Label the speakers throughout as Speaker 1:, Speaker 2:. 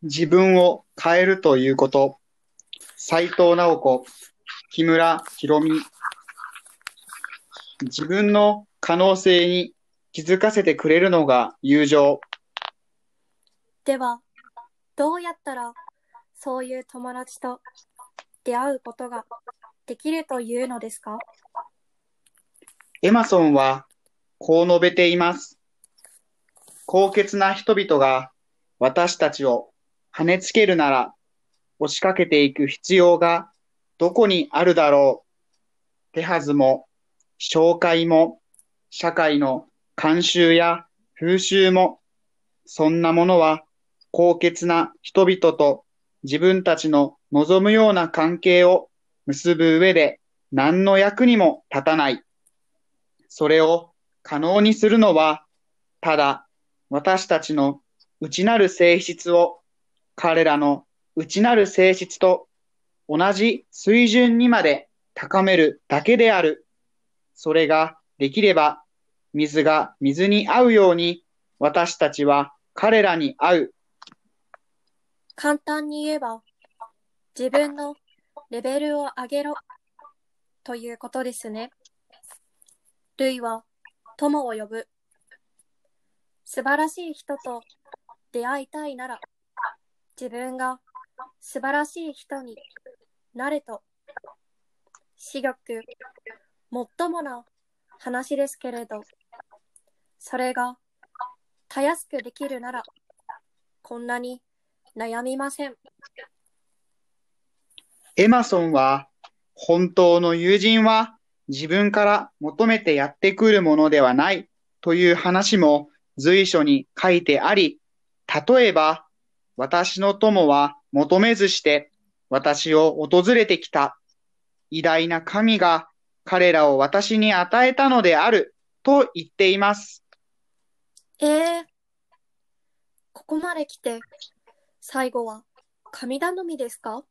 Speaker 1: 自分を変えるということ。斉藤直子、木村博美。自分の可能性に気づかせてくれるのが友情。
Speaker 2: では、どうやったらそういう友達と出会うことができるというのですか？
Speaker 1: エマソンはこう述べています。高潔な人々が私たちを跳ねつけるなら押しかけていく必要がどこにあるだろう。手はずも、紹介も、社会の慣習や風習も、そんなものは高潔な人々と自分たちの望むような関係を結ぶ上で何の役にも立たない。それを可能にするのは、ただ私たちの内なる性質を彼らの内なる性質と同じ水準にまで高めるだけである。それができれば、水が水に合うように、私たちは彼らに合う。
Speaker 2: 簡単に言えば、自分のレベルを上げろということですね。ルイは友を呼ぶ。素晴らしい人と出会いたいなら、自分が素晴らしい人になれと。至極、もっともな話ですけれど、それがたやすくできるなら、こんなに悩みません。
Speaker 1: エマソンは、本当の友人は自分から求めてやってくるものではないという話も随所に書いてあり、例えば、私の友は求めずして私を訪れてきた。偉大な神が彼らを私に与えたのであると言っています。
Speaker 2: えー、ここまで来て、最後は神頼みですか？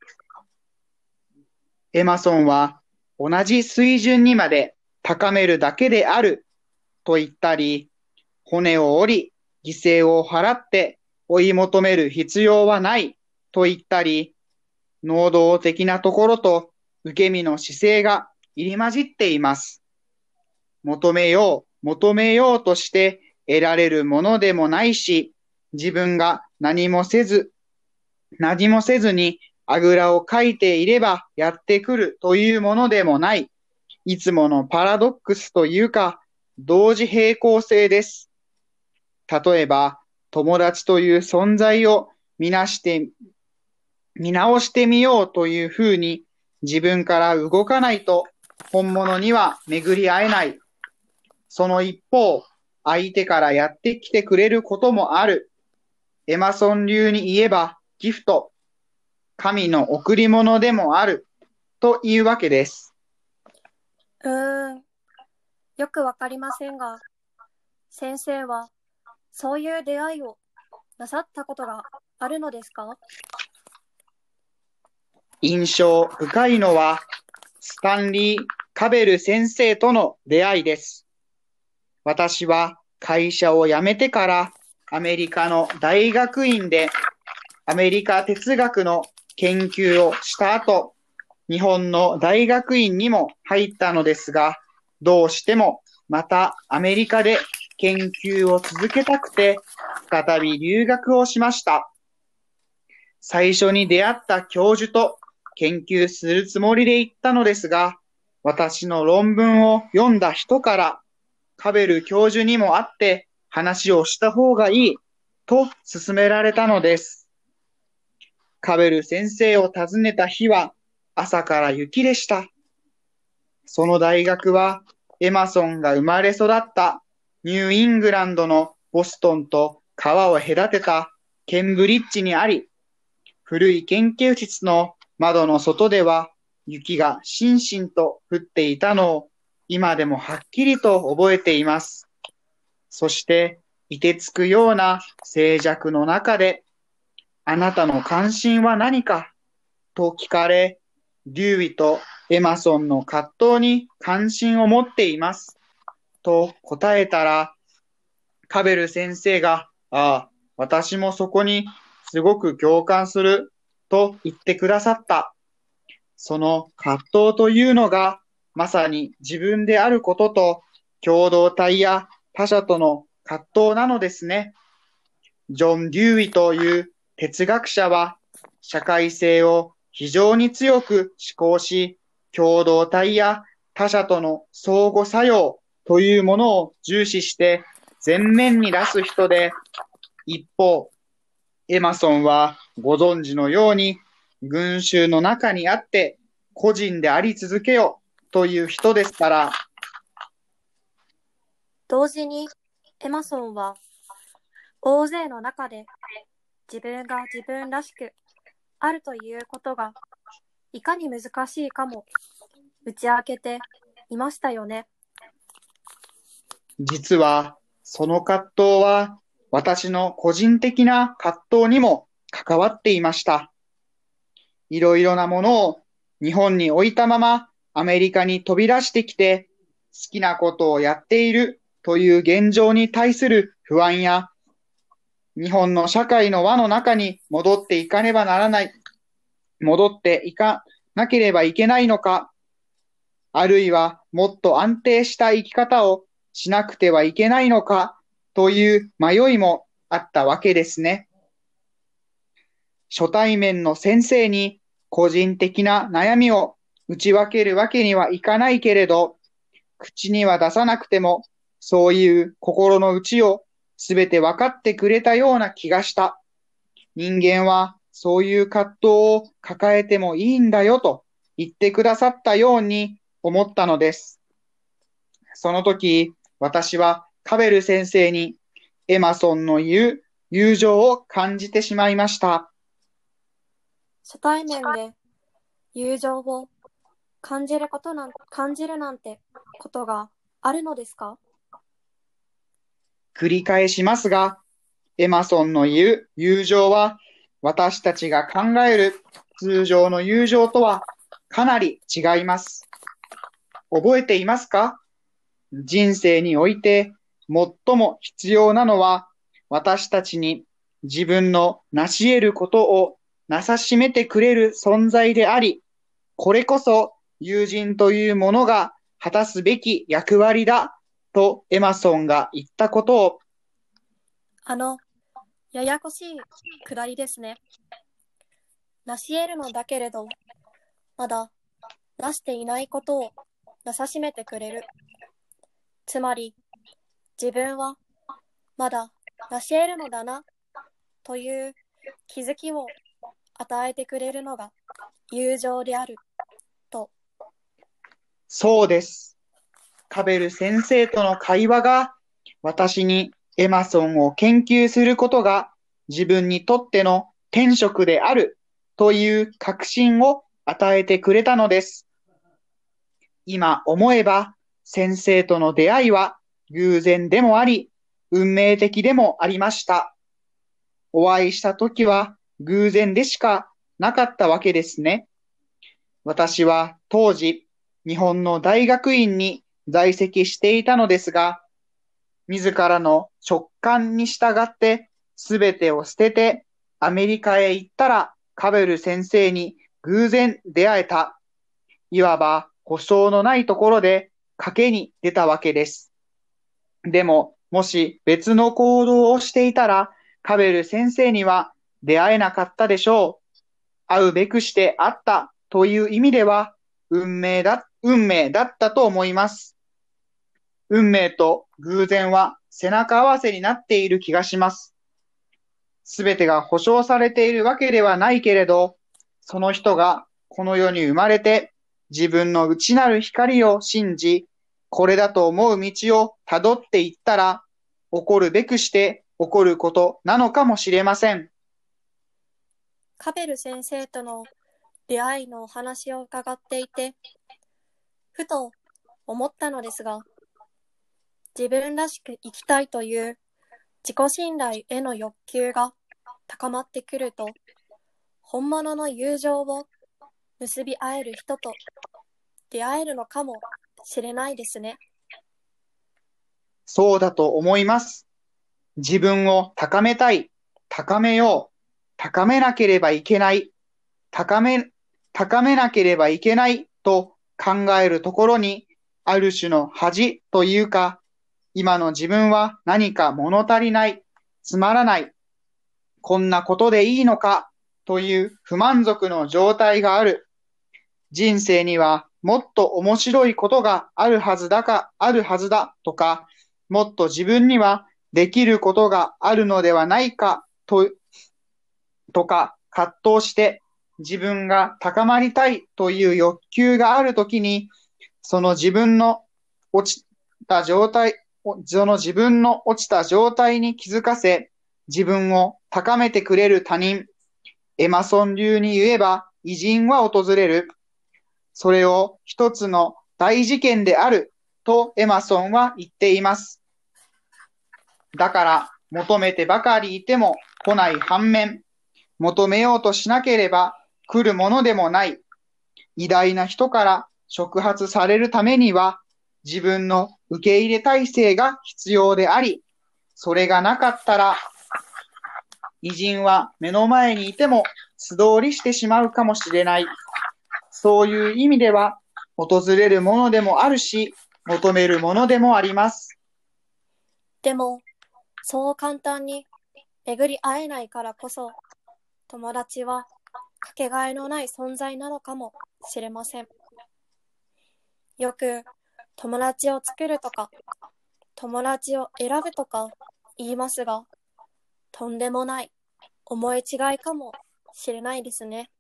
Speaker 1: エマソンは同じ水準にまで高めるだけであると言ったり、骨を折り、犠牲を払って追い求める必要はないと言ったり、能動的なところと受け身の姿勢が入り混じっています。求めようとして得られるものでもないし、自分が何もせずにあぐらをかいていればやってくるというものでもない。いつものパラドックスというか、同時並行性です。例えば、友達という存在を見直してみようというふうに自分から動かないと本物には巡り合えない。その一方、相手からやってきてくれることもある。エマソン流に言えばギフト、神の贈り物でもあるというわけです。
Speaker 2: うーん、よくわかりませんが、先生はそういう出会いをなさったことがあるのですか？
Speaker 1: 印象深いのは、スタンリー・カベル先生との出会いです。私は会社を辞めてからアメリカの大学院でアメリカ哲学の研究をした後、日本の大学院にも入ったのですが、どうしてもまたアメリカで研究を続けたくて、再び留学をしました。最初に出会った教授と研究するつもりで行ったのですが、私の論文を読んだ人から、カベル教授にも会って話をした方がいいと勧められたのです。カベル先生を訪ねた日は朝から雪でした。その大学はエマソンが生まれ育ったニューイングランドのボストンと川を隔てたケンブリッジにあり、古い研究室の窓の外では雪がしんしんと降っていたのを今でもはっきりと覚えています。そして、凍てつくような静寂の中で、あなたの関心は何かと聞かれ、デューイとエマソンの葛藤に関心を持っていますと答えたら、カベル先生が、ああ、私もそこにすごく共感すると言ってくださった。その葛藤というのが、まさに自分であることと共同体や他者との葛藤なのですね。ジョン・デューイという哲学者は、社会性を非常に強く思考し、共同体や他者との相互作用というものを重視して前面に出す人で、一方、エマソンはご存知のように群衆の中にあって個人であり続けよという人ですから。
Speaker 2: 同時にエマソンは大勢の中で自分が自分らしくあるということがいかに難しいかも打ち明けていましたよね。
Speaker 1: 実はその葛藤は私の個人的な葛藤にも関わっていました。いろいろなものを日本に置いたままアメリカに飛び出してきて好きなことをやっているという現状に対する不安や、日本の社会の輪の中に戻っていかねばならない、戻っていかなければいけないのか、あるいはもっと安定した生き方をしなくてはいけないのかという迷いもあったわけですね。初対面の先生に個人的な悩みを打ち分けるわけにはいかないけれど、口には出さなくてもそういう心の内をすべて分かってくれたような気がした。人間はそういう葛藤を抱えてもいいんだよと言ってくださったように思ったのです。その時、私はカベル先生にエマソンの言う友情を感じてしまいました。
Speaker 2: 初対面で友情を感じるなんてことがあるのですか？
Speaker 1: 繰り返しますが、エマソンの言う友情は私たちが考える通常の友情とはかなり違います。覚えていますか？人生において最も必要なのは私たちに自分の成し得ることをなさしめてくれる存在であり、これこそ友人というものが果たすべき役割だとエマソンが言ったことを、
Speaker 2: ややこしいくだりですね。成し得るのだけれど、まだ成していないことをなさしめてくれる。つまり、自分はまだ成し得るのだな、という気づきを与えてくれるのが友情である、と。
Speaker 1: そうです。カベル先生との会話が私にエマソンを研究することが自分にとっての天職であるという確信を与えてくれたのです。今思えば先生との出会いは偶然でもあり、運命的でもありました。お会いした時は偶然でしかなかったわけですね。私は当時、日本の大学院に在籍していたのですが、自らの直感に従って全てを捨ててアメリカへ行ったらカベル先生に偶然出会えた。いわば保証のないところで賭けに出たわけです。でも、もし別の行動をしていたら、カベル先生には出会えなかったでしょう。会うべくして会ったという意味では、運命だったと思います。運命と偶然は背中合わせになっている気がします。すべてが保証されているわけではないけれど、その人がこの世に生まれて自分の内なる光を信じ、これだと思う道をたどっていったら、起こるべくして起こることなのかもしれません。
Speaker 2: カベル先生との出会いのお話を伺っていて、ふと思ったのですが、自分らしく生きたいという自己信頼への欲求が高まってくると、本物の友情を結び合える人と出会えるのかもしれないですね。
Speaker 1: そうだと思います。自分を高めたい、高めよう、 高めなければいけない、高めなければいけないと考えるところに、ある種の恥というか、今の自分は何か物足りない、つまらない、こんなことでいいのかという不満足の状態がある。人生にはもっと面白いことがあるはずだとか、もっと自分にはできることがあるのではないかとか葛藤して自分が高まりたいという欲求があるときに、その自分の落ちた状態に気づかせ、自分を高めてくれる他人、エマソン流に言えば偉人は訪れる。それを一つの大事件であるとエマソンは言っています。だから求めてばかりいても来ない反面、求めようとしなければ来るものでもない。偉大な人から触発されるためには自分の受け入れ体制が必要であり、それがなかったら偉人は目の前にいても素通りしてしまうかもしれない。そういう意味では訪れるものでもあるし、求めるものでもあります。
Speaker 2: でも、そう簡単に巡り会えないからこそ、友達はかけがえのない存在なのかもしれません。よく友達を作るとか、友達を選ぶとか言いますが、とんでもない思い違いかもしれないですね。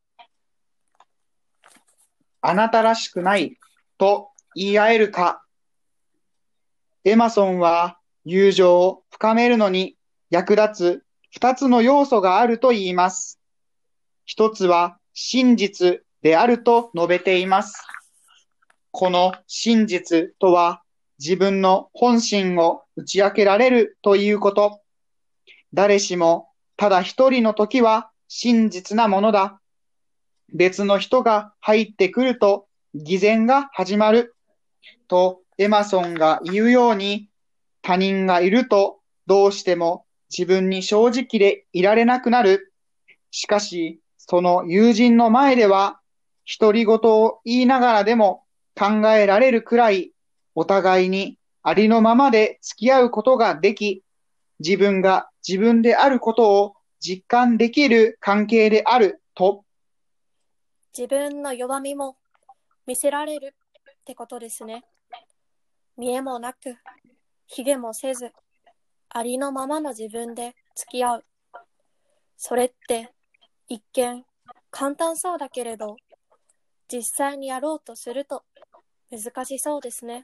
Speaker 1: あなたらしくないと言い合えるか。エマソンは友情を深めるのに役立つ二つの要素があると言います。一つは真実であると述べています。この真実とは自分の本心を打ち明けられるということ。誰しもただ一人の時は真実なものだ。別の人が入ってくると偽善が始まる。とエマソンが言うように、他人がいるとどうしても自分に正直でいられなくなる。しかし、その友人の前では、独り言を言いながらでも考えられるくらい、お互いにありのままで付き合うことができ、自分が自分であることを実感できる関係であると。
Speaker 2: 自分の弱みも見せられるってことですね。見えもなく、卑下もせず、ありのままの自分で付き合う。それって一見簡単そうだけれど、実際にやろうとすると難しそうですね。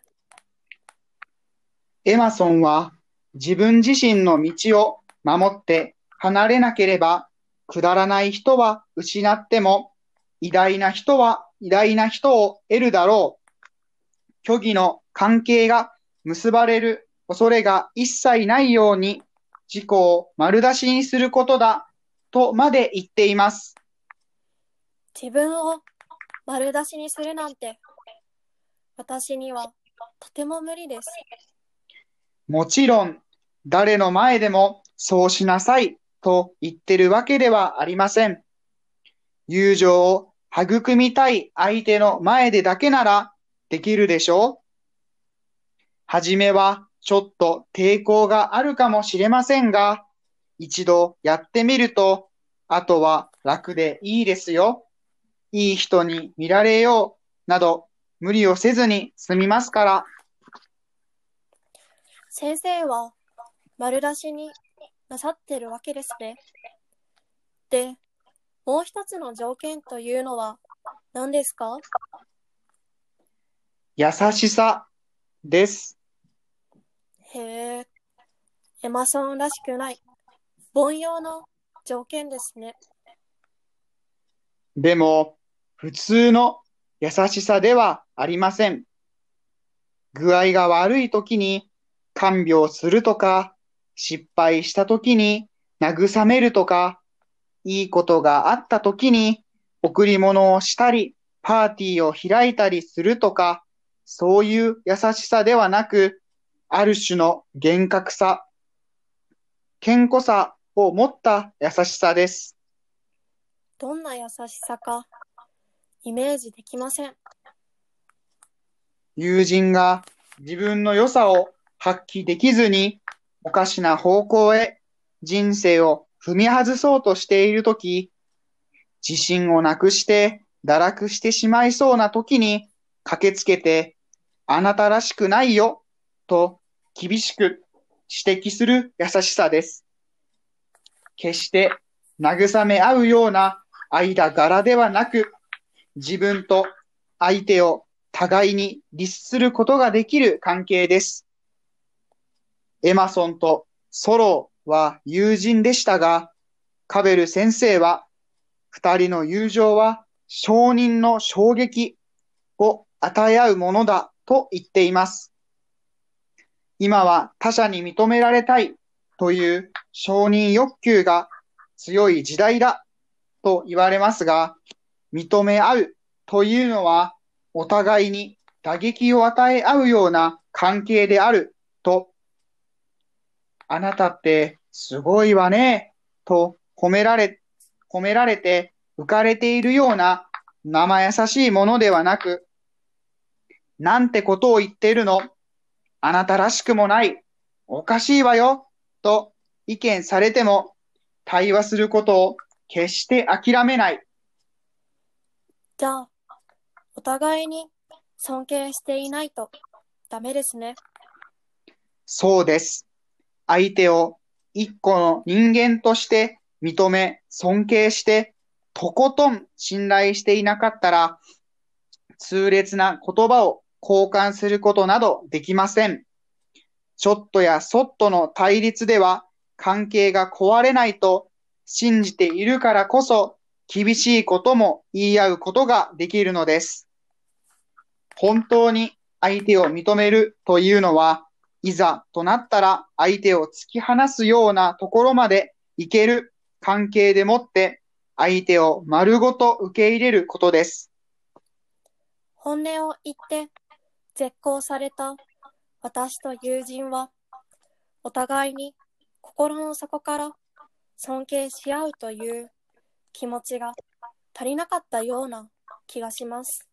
Speaker 1: エマソンは自分自身の道を守って離れなければ、くだらない人は失っても、偉大な人は偉大な人を得るだろう。虚偽の関係が結ばれる恐れが一切ないように自己を丸出しにすることだとまで言っています。
Speaker 2: 自分を丸出しにするなんて私にはとても無理です。
Speaker 1: もちろん誰の前でもそうしなさいと言ってるわけではありません。友情を育みたい相手の前でだけならできるでしょう。はじめはちょっと抵抗があるかもしれませんが、一度やってみると、あとは楽でいいですよ。いい人に見られようなど無理をせずに済みますから。
Speaker 2: 先生は丸出しになさってるわけですね。で、もう一つの条件というのは何ですか？
Speaker 1: 優しさです。
Speaker 2: へえ、エマソンらしくない凡庸の条件ですね。
Speaker 1: でも、普通の優しさではありません。具合が悪い時に看病するとか、失敗した時に慰めるとか、いいことがあった時に贈り物をしたり、パーティーを開いたりするとか、そういう優しさではなく、ある種の厳格さ、謙虚さを持った優しさです。
Speaker 2: どんな優しさかイメージできません。
Speaker 1: 友人が自分の良さを発揮できずに、おかしな方向へ人生を踏み外そうとしているとき、自信をなくして堕落してしまいそうなときに駆けつけて、あなたらしくないよ、と厳しく指摘する優しさです。決して慰め合うような間柄ではなく、自分と相手を互いに律することができる関係です。エマソンとソローは友人でしたが、カベル先生は、二人の友情は証人の衝撃を与え合うものだと言っています。今は他者に認められたいという承認欲求が強い時代だと言われますが、認め合うというのはお互いに打撃を与え合うような関係であると、あなたってすごいわねと褒められて浮かれているような生優しいものではなく、なんてことを言っているの、あなたらしくもない、おかしいわよと意見されても対話することを決して諦めない。
Speaker 2: じゃあ、お互いに尊敬していないとダメですね。
Speaker 1: そうです。相手を一個の人間として認め、尊敬して、とことん信頼していなかったら、痛烈な言葉を交換することなどできません。ちょっとやそっとの対立では関係が壊れないと信じているからこそ、厳しいことも言い合うことができるのです。本当に相手を認めるというのは、いざとなったら相手を突き放すようなところまでいける関係でもって相手を丸ごと受け入れることです。
Speaker 2: 本音を言って絶交された私と友人は、お互いに心の底から尊敬し合うという気持ちが足りなかったような気がします。